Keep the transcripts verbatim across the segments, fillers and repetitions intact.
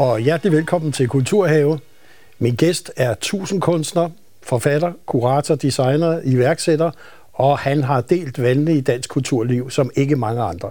og hjertelig velkommen til Kulturhave. Min gæst er tusindkunstner, forfatter, kurator, designer, iværksætter, og han har delt vandene i dansk kulturliv som ikke mange andre.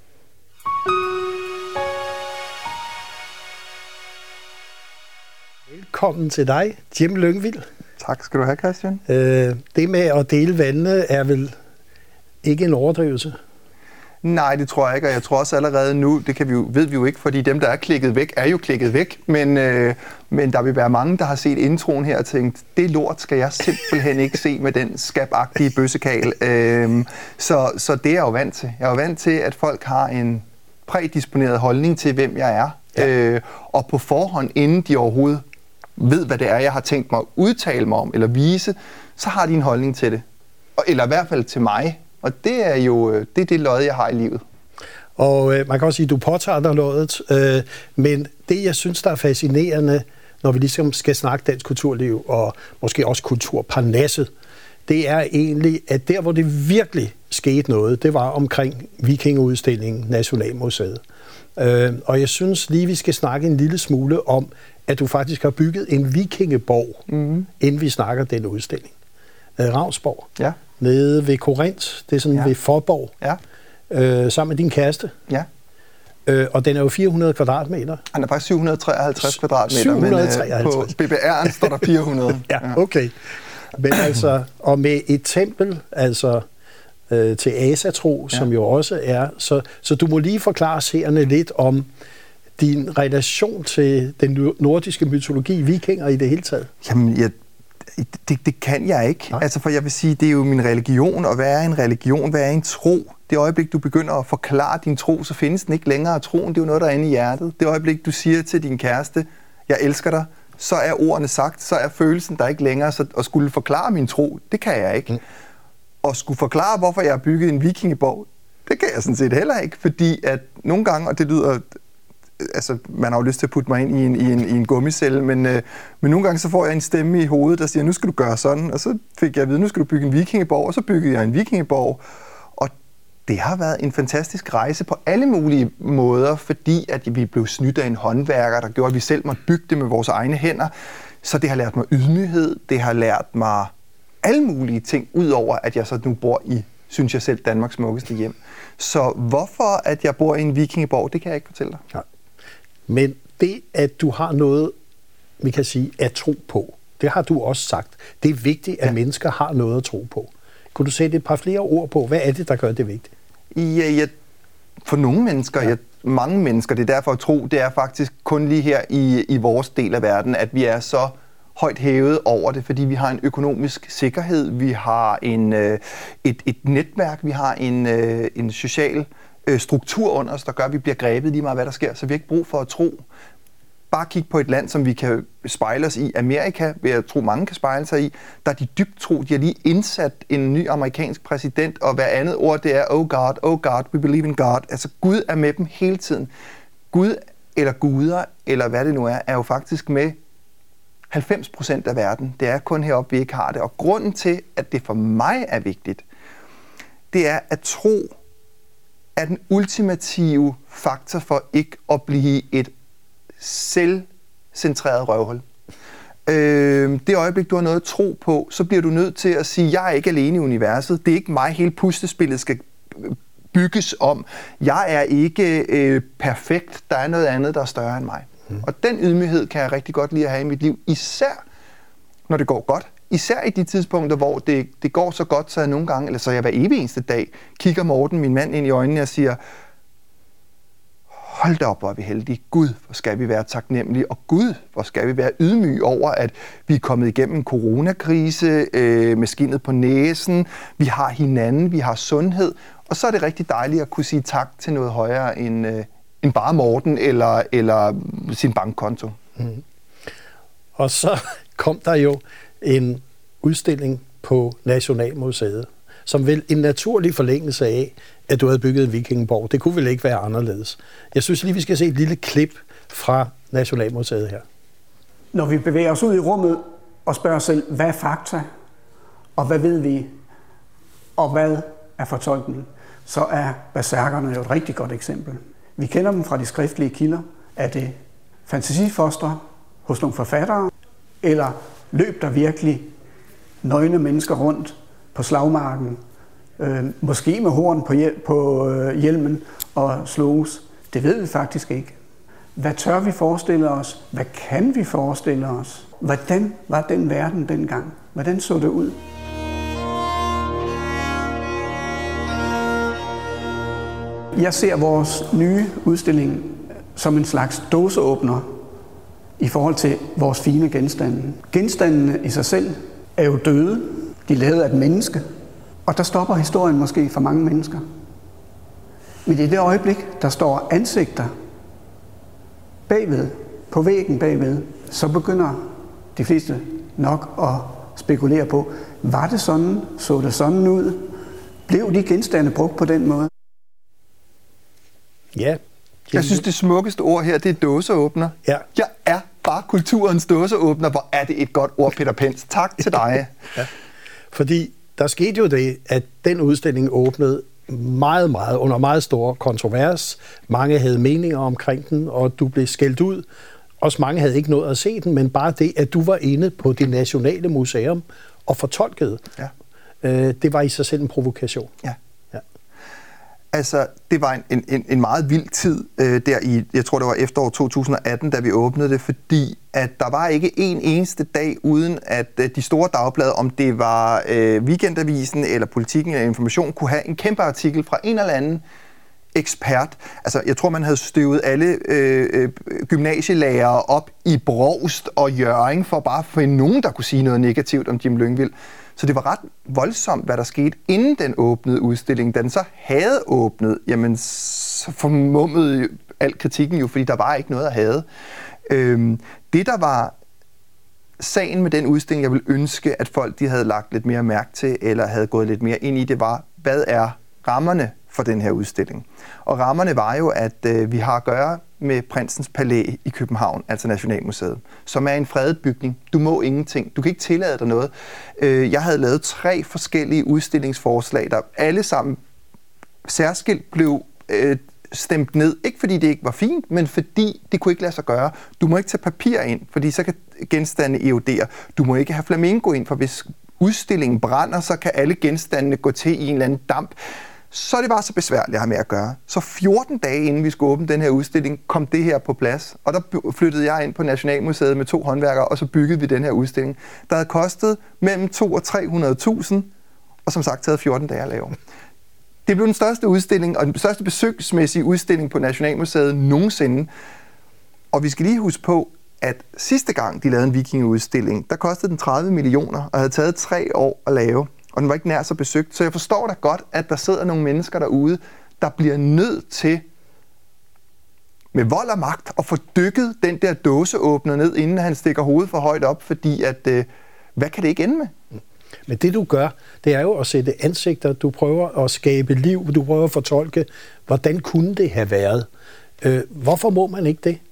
Velkommen til dig, Jim Lyngvild. Tak skal du have, Christian. Øh, det med at dele vandene er vel ikke en overdrivelse? Nej, det tror jeg ikke, og jeg tror også allerede nu, det kan vi jo, ved vi jo ikke, fordi dem, der er klikket væk, er jo klikket væk, men, øh, men der vil være mange, der har set introen her og tænkt, det lort skal jeg simpelthen ikke se med den skabagtige bøssekal. Øh, så, så det er jeg jo vant til. Jeg er jo vant til, at folk har en prædisponeret holdning til, hvem jeg er, ja. øh, og på forhånd, inden de overhovedet ved, hvad det er, jeg har tænkt mig at udtale mig om, eller vise, så har de en holdning til det. Eller i hvert fald til mig. Og det er jo det, er det lod, jeg har i livet. Og øh, man kan også sige, at du påtager dig lodet, øh, men det, jeg synes, der er fascinerende, når vi ligesom skal snakke dansk kulturliv, og måske også kulturparnasset, det er egentlig, at der, hvor det virkelig skete noget, det var omkring Vikingeudstillingen, Nationalmuseet. Øh, og jeg synes lige, vi skal snakke en lille smule om, at du faktisk har bygget en vikingeborg, mm-hmm. inden vi snakker den udstilling. Øh, Ravnsborg. Ja. Nede ved Korinth, det er sådan ja. ved Forborg, ja. øh, sammen med din kæreste. Ja. Øh, og den er jo fire hundrede kvadratmeter. Han er faktisk syv hundrede treoghalvtreds kvadratmeter, syv hundrede treoghalvtreds. Men øh, på B B R'en står der fire hundrede. Ja, okay. Men altså, og med et tempel, altså øh, til Asatro, ja. som jo også er, så, så du må lige forklare seerne lidt om din relation til den nordiske mytologi, vikinger i det hele taget. Jamen, jeg Det, det kan jeg ikke. Nej. Altså, for jeg vil sige, det er jo min religion, og hvad er en religion? Hvad er en tro? Det øjeblik, du begynder at forklare din tro, så findes den ikke længere. Troen, det er jo noget, der er inde i hjertet. Det øjeblik, du siger til din kæreste, jeg elsker dig, så er ordene sagt, så er følelsen der ikke længere. Så at skulle forklare min tro, det kan jeg ikke. Mm. Og skulle forklare, hvorfor jeg har bygget en vikingeborg, det kan jeg sådan set heller ikke. Fordi at nogle gange, og det lyder... Altså, man har jo lyst til at putte mig ind i en, i en, i en gummicelle, men, øh, men nogle gange så får jeg en stemme i hovedet, der siger, nu skal du gøre sådan, og så fik jeg at vide, nu skal du bygge en vikingeborg, og så byggede jeg en vikingeborg, og det har været en fantastisk rejse på alle mulige måder, fordi at vi blev snydt af en håndværker, der gjorde, at vi selv måtte bygge det med vores egne hænder, så det har lært mig ydmyghed, det har lært mig alle mulige ting, udover at jeg så nu bor i, synes jeg selv, Danmarks smukkeste hjem. Så hvorfor at jeg bor i en vikingeborg, det kan jeg ikke fortælle dig. Ja. Men det, at du har noget, vi kan sige, at tro på, det har du også sagt. Det er vigtigt, at ja. mennesker har noget at tro på. Kunne du sætte et par flere ord på? Hvad er det, der gør det vigtigt? Ja, ja, for nogle mennesker, ja. Ja, mange mennesker, det er derfor at tro, det er faktisk kun lige her i, i vores del af verden, at vi er så højt hævet over det, fordi vi har en økonomisk sikkerhed, vi har en, øh, et, et netværk, vi har en, øh, en social struktur under os, der gør, at vi bliver grebet lige meget, hvad der sker, så vi har ikke brug for at tro. Bare kig på et land, som vi kan spejle os i. Amerika, vil jeg tro, mange kan spejle sig i. Der er de dybt tro. De har lige indsat en ny amerikansk præsident, og hver andet ord, det er, oh God, oh God, we believe in God. Altså, Gud er med dem hele tiden. Gud, eller guder, eller hvad det nu er, er jo faktisk med halvfems procent af verden. Det er kun heroppe, vi ikke har det. Og grunden til, at det for mig er vigtigt, det er at tro, er den ultimative faktor for ikke at blive et selvcentreret røvhul. Øh, det øjeblik, du har noget at tro på, så bliver du nødt til at sige, jeg er ikke alene i universet. Det er ikke mig, hele puslespillet skal bygges om. Jeg er ikke øh, perfekt. Der er noget andet, der er større end mig. Mm. Og den ydmyghed kan jeg rigtig godt lide at have i mit liv, især når det går godt. Især i de tidspunkter, hvor det, det går så godt, så jeg nogle gange, eller så jeg hver evig eneste dag, kigger Morten, min mand, ind i øjnene og siger, hold da op, hvor er vi heldige. Gud, hvor skal vi være taknemmelige. Og Gud, hvor skal vi være ydmyge over, at vi er kommet igennem en coronakrise øh, med skindet på næsen. Vi har hinanden, vi har sundhed. Og så er det rigtig dejligt at kunne sige tak til noget højere end, øh, end bare Morten eller, eller sin bankkonto. Mm. Og så kom der jo en udstilling på Nationalmuseet, som vel en naturlig forlængelse af, at du havde bygget en vikingeborg. Det kunne vel ikke være anderledes. Jeg synes lige, vi skal se et lille klip fra Nationalmuseet her. Når vi bevæger os ud i rummet og spørger os selv, hvad er fakta, og hvad ved vi, og hvad er fortolkningen, så er berserkerne jo et rigtig godt eksempel. Vi kender dem fra de skriftlige kilder. Er det fantasifostre hos nogle forfattere, eller løb der virkelig nøgne mennesker rundt på slagmarken, øh, måske med horn på, hjel- på øh, hjelmen og sloges? Det ved vi faktisk ikke. Hvad tør vi forestille os? Hvad kan vi forestille os? Hvordan var den verden dengang? Hvordan så det ud? Jeg ser vores nye udstilling som en slags dåseåbner i forhold til vores fine genstande. Genstandene i sig selv er jo døde. De er lavet af et menneske. Og der stopper historien måske for mange mennesker. Men i det øjeblik, der står ansigter bagved, på væggen bagved, så begynder de fleste nok at spekulere på, var det sådan, så det sådan ud? Blev de genstande brugt på den måde? Ja. Jeg synes, det smukkeste ord her, det er dåseåbner. Ja. Jeg er bare kulturens dåseåbner. Hvor er det et godt ord, Peter Pence. Tak til dig. Ja. Fordi der skete jo det, at den udstilling åbnede meget, meget, under meget stor kontrovers. Mange havde meninger omkring den, og du blev skældt ud. Også mange havde ikke nået at se den, men bare det, at du var inde på det nationale museum og fortolkede, Ja. øh, det var i sig selv en provokation. Ja. Ja. Altså, det var en, en, en meget vild tid øh, der i, jeg tror det var efterår to tusind og atten, da vi åbnede det, fordi at der var ikke en eneste dag uden, at øh, de store dagblade, om det var øh, Weekendavisen eller Politikken eller Information, kunne have en kæmpe artikel fra en eller anden ekspert. Altså, jeg tror, man havde støvet alle øh, øh, gymnasielærere op i Brovst og Hjørring for bare at finde nogen, der kunne sige noget negativt om Jim Lyngvild. Så det var ret voldsomt, hvad der skete, inden den åbnede udstilling. Da den så havde åbnet, jamen, så formummede al kritikken jo, fordi der var ikke noget at have. Øhm, det, der var sagen med den udstilling, jeg ville ønske, at folk de havde lagt lidt mere mærke til, eller havde gået lidt mere ind i, det var, hvad er rammerne for den her udstilling? Og rammerne var jo, at øh, vi har at gøre med Prinsens Palæ i København, altså Nationalmuseet, som er en fredet bygning. Du må ingenting. Du kan ikke tillade dig noget. Øh, jeg havde lavet tre forskellige udstillingsforslag, der alle sammen særskilt blev øh, stemt ned. Ikke fordi det ikke var fint, men fordi det kunne ikke lade sig gøre. Du må ikke tage papir ind, fordi så kan genstande erodere. Du må ikke have flamingo ind, for hvis udstillingen brænder, så kan alle genstandene gå til i en eller anden damp. Så det var så besværligt at have med at gøre. Så fjorten dage inden vi skulle åbne den her udstilling, kom det her på plads. Og der flyttede jeg ind på Nationalmuseet med to håndværkere, og så byggede vi den her udstilling, der havde kostet mellem to hundrede og tre hundrede tusind, og som sagt taget fjorten dage at lave. Det blev den største udstilling, og den største besøgsmæssige udstilling på Nationalmuseet nogensinde. Og vi skal lige huske på, at sidste gang de lavede en vikingeudstilling, der kostede den tredive millioner, og havde taget tre år at lave. Og den var ikke nær så besøgt. Så jeg forstår da godt, at der sidder nogle mennesker derude, der bliver nødt til med vold og magt at få dykket den der dåseåbner ned, inden han stikker hovedet for højt op, fordi at, øh, hvad kan det ikke ende med? Men det du gør, det er jo at sætte ansigter, du prøver at skabe liv, du prøver at fortolke, hvordan kunne det have været? Øh, hvorfor må man ikke det?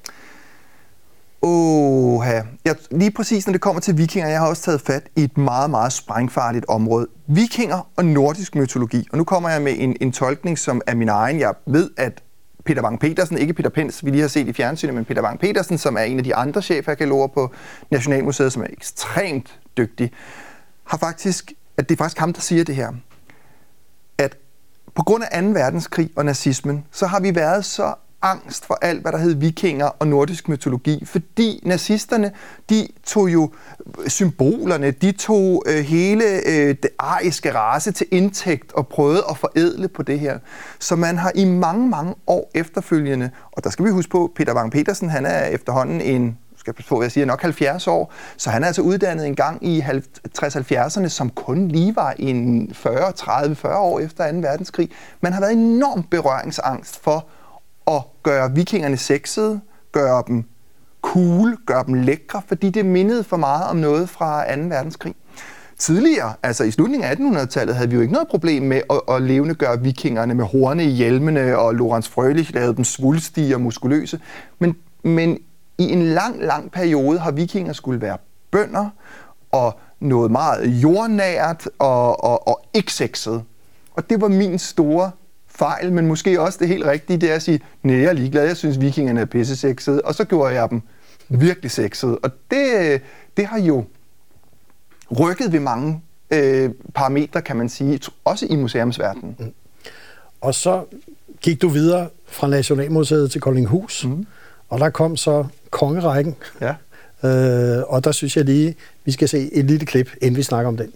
Åh, ja. Lige præcis når det kommer til vikinger, jeg har også taget fat i et meget, meget sprængfarligt område. Vikinger og nordisk mytologi. Og nu kommer jeg med en, en tolkning, som er min egen. Jeg ved, at Peter Bang Petersen, ikke Peter Pence, vi lige har set i fjernsynet, men Peter Bang Petersen, som er en af de andre chefarkæologer på Nationalmuseet, som er ekstremt dygtig, har faktisk, at det er faktisk ham, der siger det her, at på grund af anden verdenskrig og nazismen, så har vi været så angst for alt, hvad der hed vikinger og nordisk mytologi, fordi nazisterne, de tog jo symbolerne, de tog øh, hele øh, det ariske race til indtægt og prøvede at forædle på det her. Så man har i mange, mange år efterfølgende, og der skal vi huske på, Peter Bang Petersen, han er efterhånden en, skal jeg på, jeg siger nok halvfjerds år, så han er altså uddannet en gang i halvtreds halvfjerdserne, som kun lige var en fyrre, tredive, fyrre år efter anden verdenskrig. Man har været enormt berøringsangst for at gøre vikingerne sexede, gøre dem cool, gøre dem lækre, fordi det mindede for meget om noget fra anden verdenskrig. Tidligere, altså i slutningen af attenhundredetallet, havde vi jo ikke noget problem med at, at levendegøre vikingerne med horne i hjelmene, og Lorenz Frølich lavede dem svulstige og muskuløse. Men, men i en lang, lang periode har vikinger skulle være bønder, og noget meget jordnært og, og, og ikke sexet. Og det var min store fejl, men måske også det helt rigtige, det er at sige, nej, jeg er ligeglad, jeg synes, vikingerne er pissesexede, og så gjorde jeg dem virkelig sexede. Og det, det har jo rykket ved mange øh, parametre, kan man sige, også i museumsverdenen. Mm. Og så gik du videre fra Nationalmuseet til Koldinghus, mm. og der kom så kongerækken. Ja. Øh, og der synes jeg lige, vi skal se et lille klip, inden vi snakker om den.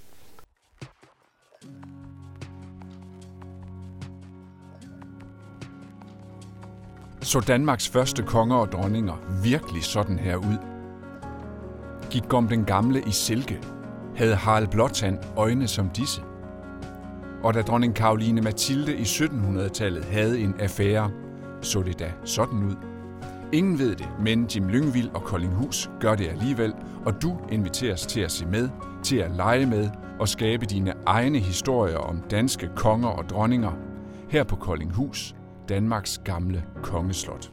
Så Danmarks første konger og dronninger virkelig sådan her ud? Gik Gorm den Gamle i silke? Havde Harald Blåtand øjne som disse? Og da dronning Caroline Mathilde i syttenhundredetallet havde en affære, så det da sådan ud. Ingen ved det, men Jim Lyngvild og Koldinghus gør det alligevel, og du inviteres til at se med, til at lege med og skabe dine egne historier om danske konger og dronninger her på Koldinghus, Danmarks gamle kongeslot.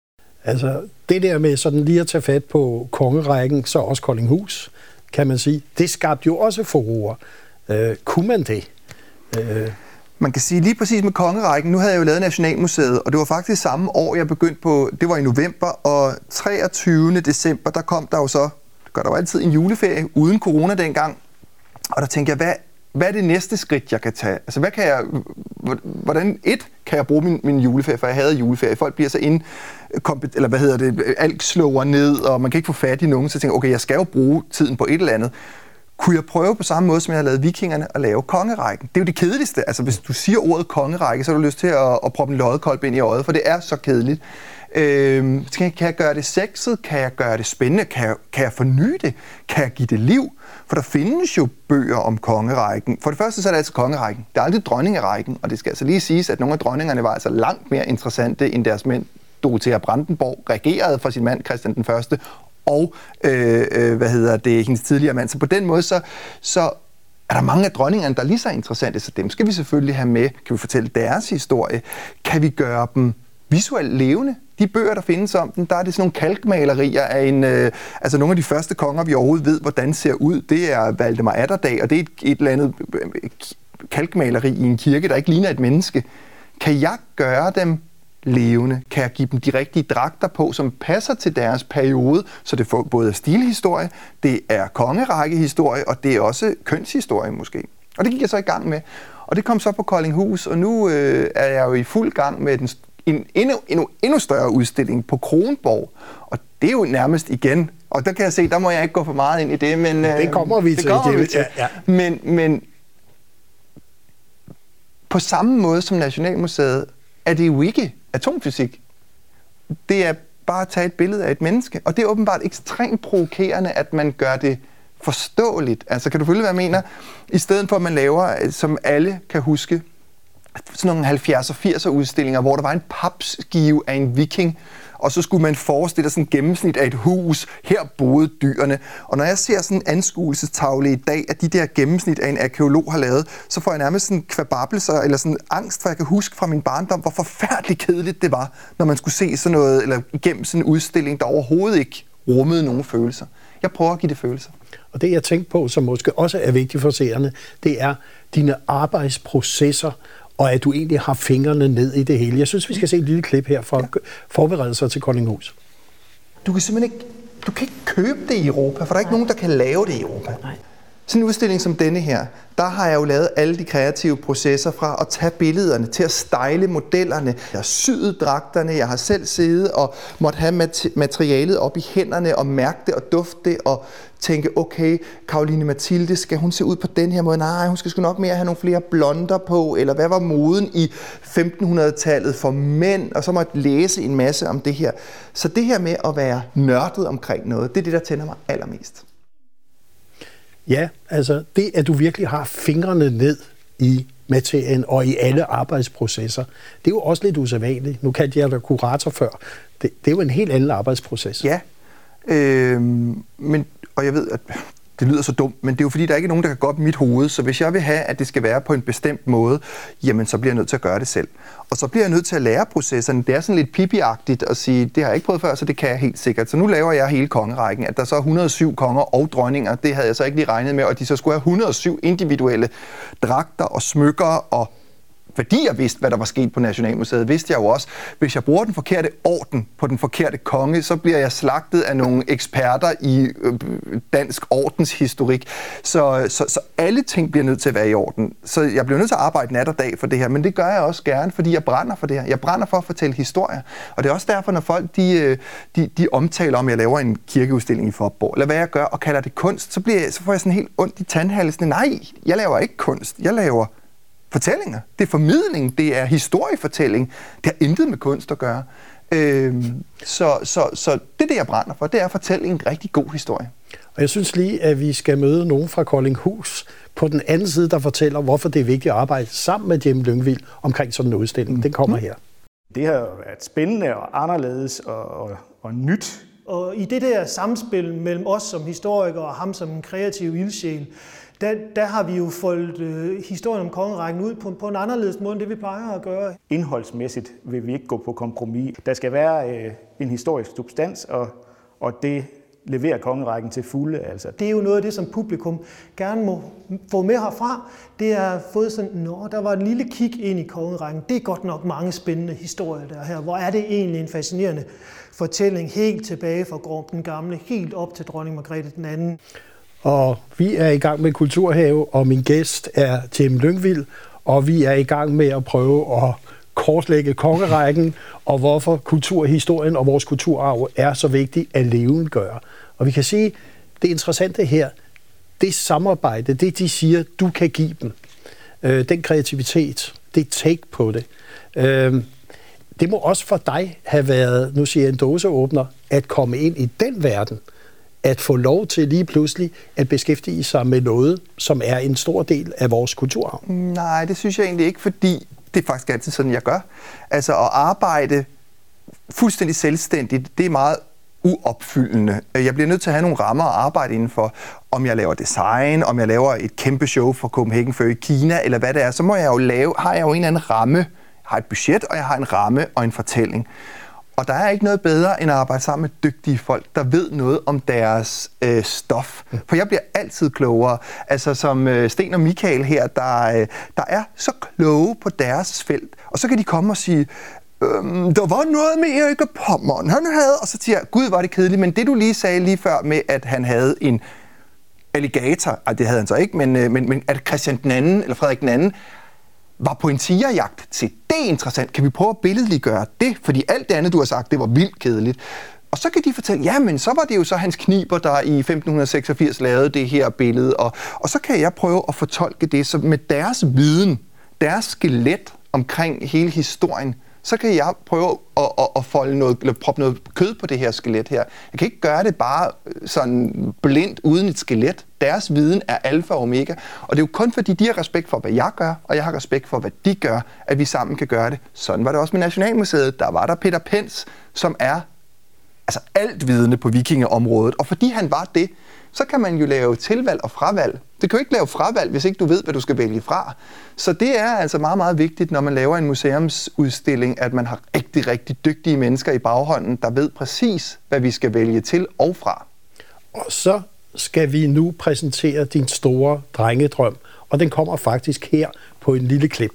Altså, det der med sådan lige at tage fat på kongerækken, så også Koldinghus, kan man sige, det skabte jo også furore. Øh, kunne man det? Øh. Man kan sige lige præcis med kongerækken, nu havde jeg jo lavet Nationalmuseet, og det var faktisk samme år, jeg begyndte på, det var i november, og treogtyvende december, der kom der jo så, der var altid en juleferie uden corona dengang, og der tænkte jeg, hvad, hvad er det næste skridt, jeg kan tage? Altså, hvad kan jeg, hvordan, et, kan jeg bruge min, min juleferie, for jeg havde juleferie, folk bliver så ind, eller hvad hedder det, alt slår ned, og man kan ikke få fat i nogen, så jeg tænker, okay, jeg skal jo bruge tiden på et eller andet. Kunne jeg prøve på samme måde, som jeg har lavet vikingerne, at lave kongerækken? Det er jo det kedeligste. Altså, hvis du siger ordet kongerække, så har du lyst til at, at proppe en loddekolb ind i øjet, for det er så kedeligt. Øh, kan jeg gøre det sexet? Kan jeg gøre det spændende? Kan jeg, kan jeg forny det? Kan jeg give det liv? For der findes jo bøger om kongerækken. For det første så er det altså kongerækken. Det er aldrig dronningerækken, og det skal altså lige siges, at nogle af dronningerne var altså langt mere interessante end deres mænd. Dorothea Brandenborg regerede for sin mand Christian den Første, og øh, øh, hvad hedder det, hendes tidligere mand. Så på den måde, så, så er der mange af dronningerne, der er lige så interessante, så dem skal vi selvfølgelig have med. Kan vi fortælle deres historie? Kan vi gøre dem visuelt levende? De bøger, der findes om dem, der er det sådan nogle kalkmalerier af en, øh, altså nogle af de første konger, vi overhovedet ved, hvordan ser ud. Det er Valdemar Atterdag, og det er et, et eller andet kalkmaleri i en kirke, der ikke ligner et menneske. Kan jeg gøre dem levende? Kan jeg give dem de rigtige dragter på, som passer til deres periode, så det får både stilhistorie, det er kongerækkehistorie, og det er også kønshistorie måske. Og det gik jeg så i gang med. Og det kom så på Koldinghus, og nu øh, er jeg jo i fuld gang med den, en endnu, endnu, endnu større udstilling på Kronborg. Og det er jo nærmest igen, og der kan jeg se, der må jeg ikke gå for meget ind i det, men øh, det kommer vi det til. Kommer det, vi til. Ja, ja. Men, men på samme måde som Nationalmuseet er det jo ikke atomfysik. Det er bare at tage et billede af et menneske, og det er åbenbart ekstremt provokerende, at man gør det forståeligt. Altså, kan du følge, hvad jeg mener? I stedet for, at man laver, som alle kan huske, sådan nogle halvfjerdser og firser udstillinger, hvor der var en papskive af en viking, og så skulle man forestille sig sådan et gennemsnit af et hus. Her boede dyrene. Og når jeg ser sådan en anskuelsestavle i dag, at de der gennemsnit af en arkæolog har lavet, så får jeg nærmest sådan kvababelser eller sådan angst, for jeg kan huske fra min barndom, hvor forfærdeligt kedeligt det var, når man skulle se sådan noget, eller igennem sådan en udstilling, der overhovedet ikke rummede nogen følelser. Jeg prøver at give det følelser. Og det jeg tænkte på, som måske også er vigtigt for seerne, det er dine arbejdsprocesser, og at du egentlig har fingrene ned i det hele. Jeg synes, vi skal se et lille klip her for at forberede sig til Koldinghus. Du kan simpelthen ikke, du kan ikke købe det i Europa, for der er ikke nogen, der kan lave det i Europa. Nej. Sådan en udstilling som denne her, der har jeg jo lavet alle de kreative processer fra at tage billederne, til at style modellerne. Jeg har syet dragterne, jeg har selv siddet og måtte have materialet op i hænderne og mærke det og dufte det og tænke, okay, Caroline Mathilde, skal hun se ud på den her måde? Nej, hun skal sgu nok mere have nogle flere blonder på, eller hvad var moden i femtenhundredetallet for mænd? Og så måtte jeg læse en masse om det her. Så det her med at være nørdet omkring noget, det er det, der tænder mig allermest. Ja, altså det, at du virkelig har fingrene ned i materien og i alle arbejdsprocesser, det er jo også lidt usædvanligt. Nu kaldte jeg dig kurator før. Det, det er jo en helt anden arbejdsproces. Ja, øh, men, og jeg ved, at det lyder så dumt, men det er jo fordi, der ikke er nogen, der kan gå op i mit hoved. Så hvis jeg vil have, at det skal være på en bestemt måde, jamen så bliver jeg nødt til at gøre det selv. Og så bliver jeg nødt til at lære processerne. Det er sådan lidt Pippi-agtigt at sige, det har jeg ikke prøvet før, så det kan jeg helt sikkert. Så nu laver jeg hele kongerækken. At der så er et hundrede og syv konger og dronninger, det havde jeg så ikke lige regnet med, og de så skulle have et hundrede og syv individuelle dragter og smykker og fordi jeg vidste, hvad der var sket på Nationalmuseet, vidste jeg jo også, hvis jeg bruger den forkerte orden på den forkerte konge, så bliver jeg slagtet af nogle eksperter i dansk ordenshistorik. Så, så, så alle ting bliver nødt til at være i orden. Så jeg bliver nødt til at arbejde nat og dag for det her, men det gør jeg også gerne, fordi jeg brænder for det her. Jeg brænder for at fortælle historier. Og det er også derfor, når folk de, de, de omtaler om, at jeg laver en kirkeudstilling i Faaborg, eller hvad jeg gør, og kalder det kunst, så, bliver jeg, så får jeg sådan helt ondt i tandhalsen. Nej, jeg laver ikke kunst. Jeg laver fortællinger. Det er formidling, det er historiefortælling. Det har intet med kunst at gøre. Øhm, så, så, så det, det jeg brænder for, det er at fortælle en rigtig god historie. Og jeg synes lige, at vi skal møde nogen fra Koldinghus på den anden side, der fortæller, hvorfor det er vigtigt at arbejde sammen med Jim Lyngvild omkring sådan en udstilling. Mm. Den kommer her. Det har været spændende og anderledes og, og, og nyt. Og i det der samspil mellem os som historikere og ham som en kreativ ildsjæl, Der, der har vi jo foldet øh, historien om kongerækken ud på, på en anderledes måde, end det vi plejer at gøre. Indholdsmæssigt vil vi ikke gå på kompromis. Der skal være øh, en historisk substans, og, og det leverer kongerækken til fulde. Altså. Det er jo noget af det, som publikum gerne må få med herfra. Det er fået sådan, nå, der var en lille kig ind i kongerækken. Det er godt nok mange spændende historier, der er her. Hvor er det egentlig en fascinerende fortælling, helt tilbage fra Gorm den Gamle, helt op til dronning Margrethe den anden. Og vi er i gang med Kulturhave, og min gæst er Jim Lyngvild, og vi er i gang med at prøve at kortlægge kongerækken, og hvorfor kulturhistorien og vores kulturarv er så vigtig at levendegøre. Og vi kan sige, det interessante her, det samarbejde, det de siger, du kan give dem, øh, den kreativitet, det take på det, øh, det må også for dig have været, nu siger jeg en dåseåbner, at komme ind i den verden, at få lov til lige pludselig at beskæftige sig med noget, som er en stor del af vores kulturarv? Nej, det synes jeg egentlig ikke, fordi det er faktisk altid sådan, jeg gør. Altså at arbejde fuldstændig selvstændigt, det er meget uopfyldende. Jeg bliver nødt til at have nogle rammer at arbejde indenfor. Om jeg laver design, om jeg laver et kæmpe show for Copenhagen Fur i Kina, eller hvad det er, så må jeg jo lave, har jeg jo en eller anden ramme. Jeg har et budget, og jeg har en ramme og en fortælling. Og der er ikke noget bedre end at arbejde sammen med dygtige folk, der ved noget om deres øh, stof. For jeg bliver altid klogere. Altså som øh, Sten og Michael her, der, øh, der er så kloge på deres felt. Og så kan de komme og sige, øhm, der var noget med Erik af Pommern, han havde... Og så siger jeg, gud, var det kedeligt. Men det du lige sagde lige før med, at han havde en alligator, ej, det havde han så ikke, men, øh, men, men at Christian den anden, eller Frederik den anden, var på en tigerjagt. Se, det er interessant. Kan vi prøve at billedliggøre det? Fordi alt det andet, du har sagt, det var vildt kedeligt. Og så kan de fortælle, ja, men så var det jo så Hans Kniber, der i femten seksogfirs lavede det her billede. Og, og så kan jeg prøve at fortolke det så med deres viden, deres skelet omkring hele historien, så kan jeg prøve at, at, at folde noget, eller proppe noget kød på det her skelet her. Jeg kan ikke gøre det bare sådan blindt uden et skelet. Deres viden er alfa og omega, og det er jo kun fordi, de har respekt for, hvad jeg gør, og jeg har respekt for, hvad de gør, at vi sammen kan gøre det. Sådan var det også med Nationalmuseet. Der var der Peter Pens, som er altså altvidende på vikingeområdet, og fordi han var det, så kan man jo lave tilvalg og fravalg. Du kan jo ikke lave fravalg, hvis ikke du ved, hvad du skal vælge fra. Så det er altså meget, meget vigtigt, når man laver en museumsudstilling, at man har rigtig, rigtig dygtige mennesker i baghånden, der ved præcis, hvad vi skal vælge til og fra. Og så skal vi nu præsentere din store drengedrøm, og den kommer faktisk her på en lille klip.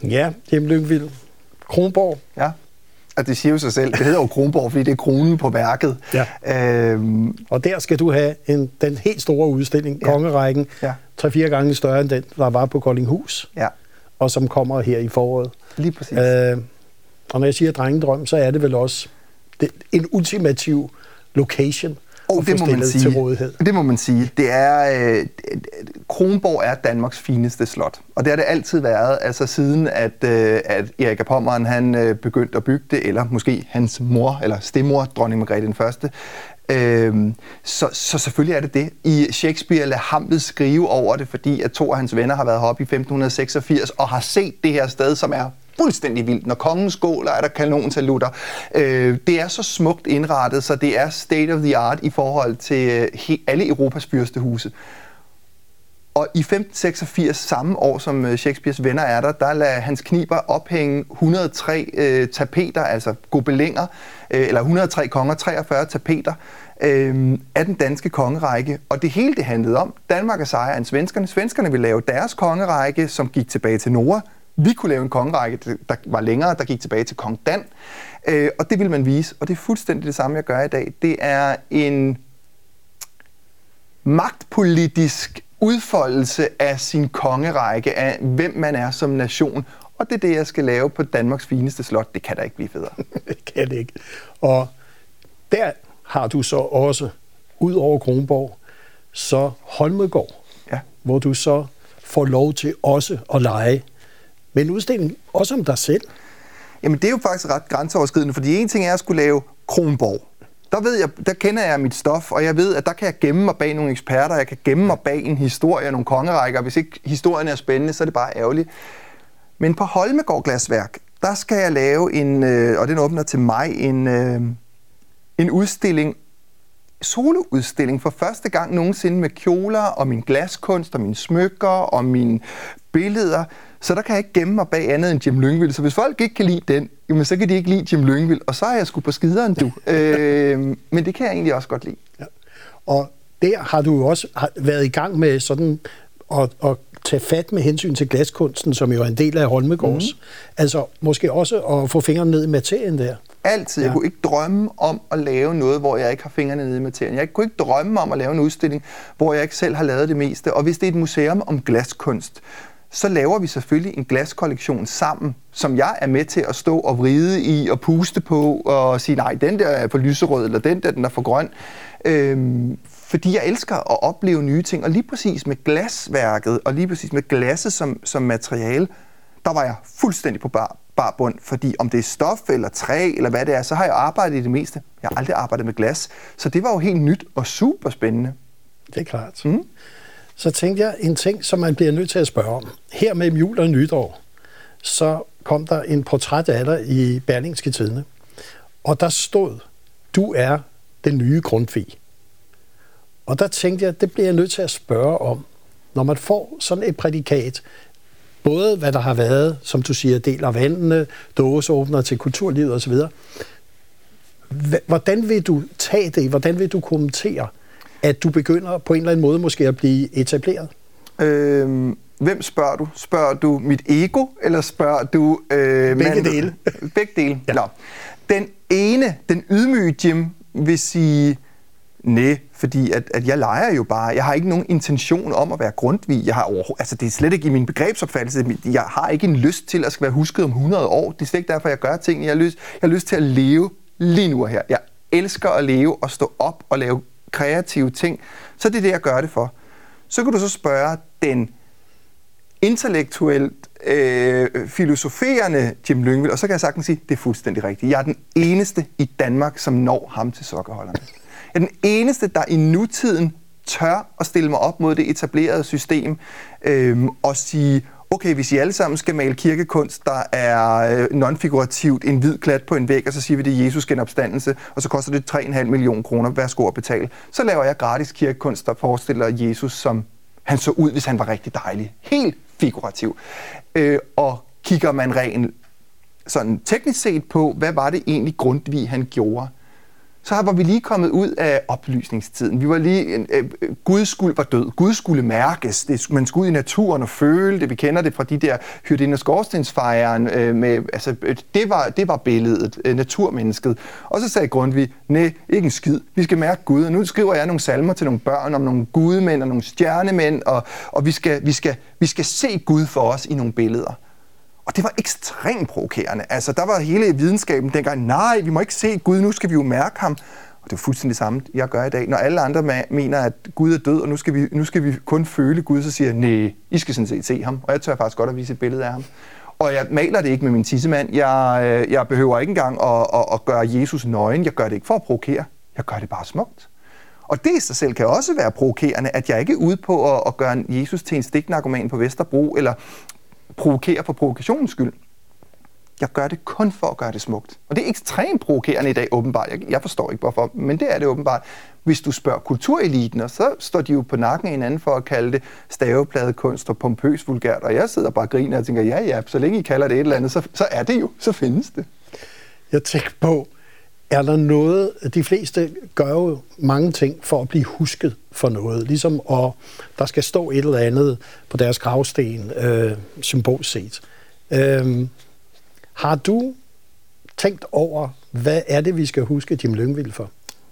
Ja, Jim Lyngvild. Kronborg. Ja. Og det siger jo sig selv. Det hedder jo Kronborg, fordi det er kronen på værket. Ja. Øhm, og der skal du have en, den helt store udstilling, ja. Kongerækken, ja. tre-fire gange større end den, der var på Koldinghus, ja. Og som kommer her i foråret. Lige præcis. Øh, og når jeg siger drengedrøm, så er det vel også det, en ultimativ location oh, det må man sige. Til rådighed. Det må man sige. Det er, øh, Kronborg er Danmarks fineste slot, og det har det altid været, altså siden at, øh, at Erik af Pommern han øh, begyndte at bygge det, eller måske hans mor, eller stedmor, dronning Margrethe den Første. Øhm, så, så selvfølgelig er det det. I Shakespeare lader Hamlet skrive over det, fordi at to af hans venner har været heroppe i femten seksogfirs og har set det her sted, som er fuldstændig vildt. Når kongen skåler, er der kanonsalutter. Øh, det er så smukt indrettet, så det er state of the art i forhold til he, alle Europas fyrstehuse. Og i femten seksogfirs, samme år som Shakespeares venner er der, der lader Hans Kniber ophænge et hundrede og tre øh, tapeter, altså gobelinger, øh, eller et hundrede og tre konger, treogfyrre tapeter øh, af den danske kongerække. Og det hele det handlede om, Danmark er sejere end svenskerne. Svenskerne ville lave deres kongerække, som gik tilbage til Nora. Vi kunne lave en kongerække, der var længere, der gik tilbage til kong Dan. Øh, og det vil man vise, og det er fuldstændig det samme, jeg gør i dag. Det er en magtpolitisk udfoldelse af sin kongerække, af hvem man er som nation. Og det er det, jeg skal lave på Danmarks fineste slot. Det kan da ikke blive federe. Det kan det ikke. Og der har du så også, ud over Kronborg, så Holmegaard, ja. Hvor du så får lov til også at lege. Men en udstilling også om dig selv. Jamen det er jo faktisk ret grænseoverskridende, fordi en ting er at skulle lave Kronborg. Der, ved jeg, der kender jeg mit stof, og jeg ved, at der kan jeg gemme mig bag nogle eksperter, jeg kan gemme mig bag en historie, nogle kongerækker. Hvis ikke historien er spændende, så er det bare ærgerligt. Men på Holmegaard Glasværk, der skal jeg lave en, øh, og den åbner til mig, en, øh, en udstilling, soloudstilling for første gang nogensinde med kjoler og min glaskunst og mine smykker og mine billeder. Så der kan jeg ikke gemme mig bag andet end Jim Lyngvild. Så hvis folk ikke kan lide den, jamen, så kan de ikke lide Jim Lyngvild. Og så er jeg sgu på skideren, du. øh, men det kan jeg egentlig også godt lide. Ja. Og der har du jo også været i gang med sådan at, at tage fat med hensyn til glaskunsten, som jo er en del af Holmegaards. Mm. Altså måske også at få fingrene ned i materien der. Altid. Jeg ja. kunne ikke drømme om at lave noget, hvor jeg ikke har fingrene nede i materien. Jeg kunne ikke drømme om at lave en udstilling, hvor jeg ikke selv har lavet det meste. Og hvis det er et museum om glaskunst, så laver vi selvfølgelig en glaskollektion sammen, som jeg er med til at stå og vride i og puste på og sige, nej, den der er for lyserød, eller den der den er for grøn. Øhm, fordi jeg elsker at opleve nye ting, og lige præcis med glasværket, og lige præcis med glasset som, som materiale, der var jeg fuldstændig på bar, bar bund, fordi om det er stof eller træ, eller hvad det er, så har jeg arbejdet i det meste. Jeg har aldrig arbejdet med glas, så det var jo helt nyt og super spændende. Det er klart. Mm. Så tænkte jeg en ting, som man bliver nødt til at spørge om. Her med jul og nytår, så kom der en portræt af dig i Berlingske Tidende, og der stod, du er den nye Grundtvig. Og der tænkte jeg, det bliver jeg nødt til at spørge om. Når man får sådan et prædikat, både hvad der har været, som du siger, del af vandene, dåseåbner til kulturlivet osv., hvordan vil du tage det? Hvordan vil du kommentere, at du begynder på en eller anden måde måske at blive etableret? Øhm, hvem spørger du? Spørger du mit ego, eller spørger du... Øh, Begge mand... dele. Begge dele. Ja. Nå. Den ene, den ydmyge Jim, vil sige... Nej, fordi at, at jeg leger jo bare. Jeg har ikke nogen intention om at være Grundtvig. Jeg har overhovedet, altså det er slet ikke i min begrebsopfattelse. Jeg har ikke en lyst til at skal være husket om hundrede år. Det er slet ikke derfor, jeg gør ting. Jeg har lyst, jeg har lyst til at leve lige nu og her. Jeg elsker at leve og stå op og lave kreative ting. Så det er det, jeg gør det for. Så kan du så spørge den intellektuelt øh, filosoferende Jim Lyngvild, og så kan jeg sagtens sige, det er fuldstændig rigtigt. Jeg er den eneste i Danmark, som når ham til sokkerholderne. Jeg er den eneste, der i nutiden tør at stille mig op mod det etablerede system øhm, og sige, okay, hvis I alle sammen skal male kirkekunst, der er øh, non-figurativt, en hvid klat på en væg, og så siger vi, det er Jesus genopstandelse, og så koster det tre komma fem millioner kroner, værsgo at betale. Så laver jeg gratis kirkekunst, der forestiller Jesus, som han så ud, hvis han var rigtig dejlig. Helt figurativ. Øh, og kigger man rent sådan teknisk set på, hvad var det egentlig Grundtvig, han gjorde, så var vi lige kommet ud af oplysningstiden. Vi var lige, øh, Gud skulle var død. Gud skulle mærkes. Det, man skulle ud i naturen og føle det. Vi kender det fra de der hyrdinde- og skorstensfejeren. Øh, med, altså, det, var, det var billedet, øh, naturmennesket. Og så sagde Grundtvig, nej, ikke en skid. Vi skal mærke Gud. Og nu skriver jeg nogle salmer til nogle børn om nogle gudemænd og nogle stjernemænd, og, og vi, skal, vi, skal, vi skal se Gud for os i nogle billeder. Og det var ekstremt provokerende. Altså, der var hele videnskaben dengang, nej, vi må ikke se Gud, nu skal vi jo mærke ham. Og det er fuldstændig det samme, jeg gør i dag. Når alle andre mener, at Gud er død, og nu skal vi, nu skal vi kun føle Gud, så siger jeg, nej, I skal sådan set se ham. Og jeg tør faktisk godt at vise et billede af ham. Og jeg maler det ikke med min tissemand. Jeg, jeg behøver ikke engang at, at, at gøre Jesus nøgen. Jeg gør det ikke for at provokere. Jeg gør det bare smukt. Og det i sig selv kan også være provokerende, at jeg ikke er ude på at, at gøre Jesus til en stiknarkoman på Vesterbro, eller provokere for provokationens skyld. Jeg gør det kun for at gøre det smukt. Og det er ekstremt provokerende i dag, åbenbart. Jeg, jeg forstår ikke, hvorfor, men det er det åbenbart. Hvis du spørger kultureliten, og så står de jo på nakken af hinanden for at kalde det stavepladekunst og pompøs vulgært, og jeg sidder bare og griner og tænker, ja, ja, så længe I kalder det et eller andet, så, så er det jo, så findes det. Jeg tænker på, er der noget, de fleste gør jo mange ting for at blive husket for noget, ligesom at der skal stå et eller andet på deres gravsten, øh, symbolsk set. Øh, har du tænkt over, hvad er det, vi skal huske Jim Lyngvild for?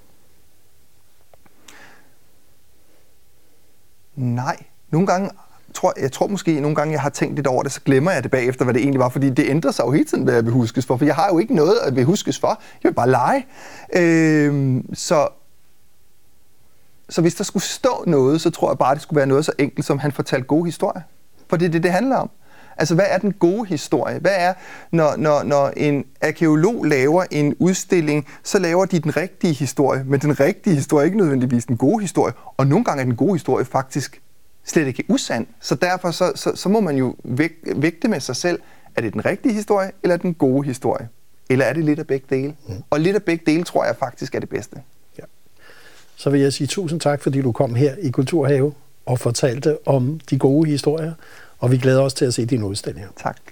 Nej. Nogle gange, tror, jeg tror måske, nogle gange, jeg har tænkt lidt over det, så glemmer jeg det bagefter, hvad det egentlig var, fordi det ændrer sig jo hele tiden, hvad jeg vil huskes for, for jeg har jo ikke noget at vil huskes for. Jeg vil bare lege. Øh, så, så hvis der skulle stå noget, så tror jeg bare, det skulle være noget så enkelt, som han fortalte gode historier. For det er det, det handler om. Altså, hvad er den gode historie? Hvad er, når, når, når en arkæolog laver en udstilling, så laver de den rigtige historie, men den rigtige historie er ikke nødvendigvis den gode historie, og nogle gange er den gode historie faktisk slet ikke usand. Så derfor så, så, så må man jo væg, vægte med sig selv, er det den rigtige historie, eller den gode historie? Eller er det lidt af begge dele? Mm. Og lidt af begge dele tror jeg faktisk er det bedste. Ja. Så vil jeg sige tusind tak, fordi du kom her i Kulturhave og fortalte om de gode historier, og vi glæder os til at se dine udstillinger. Tak.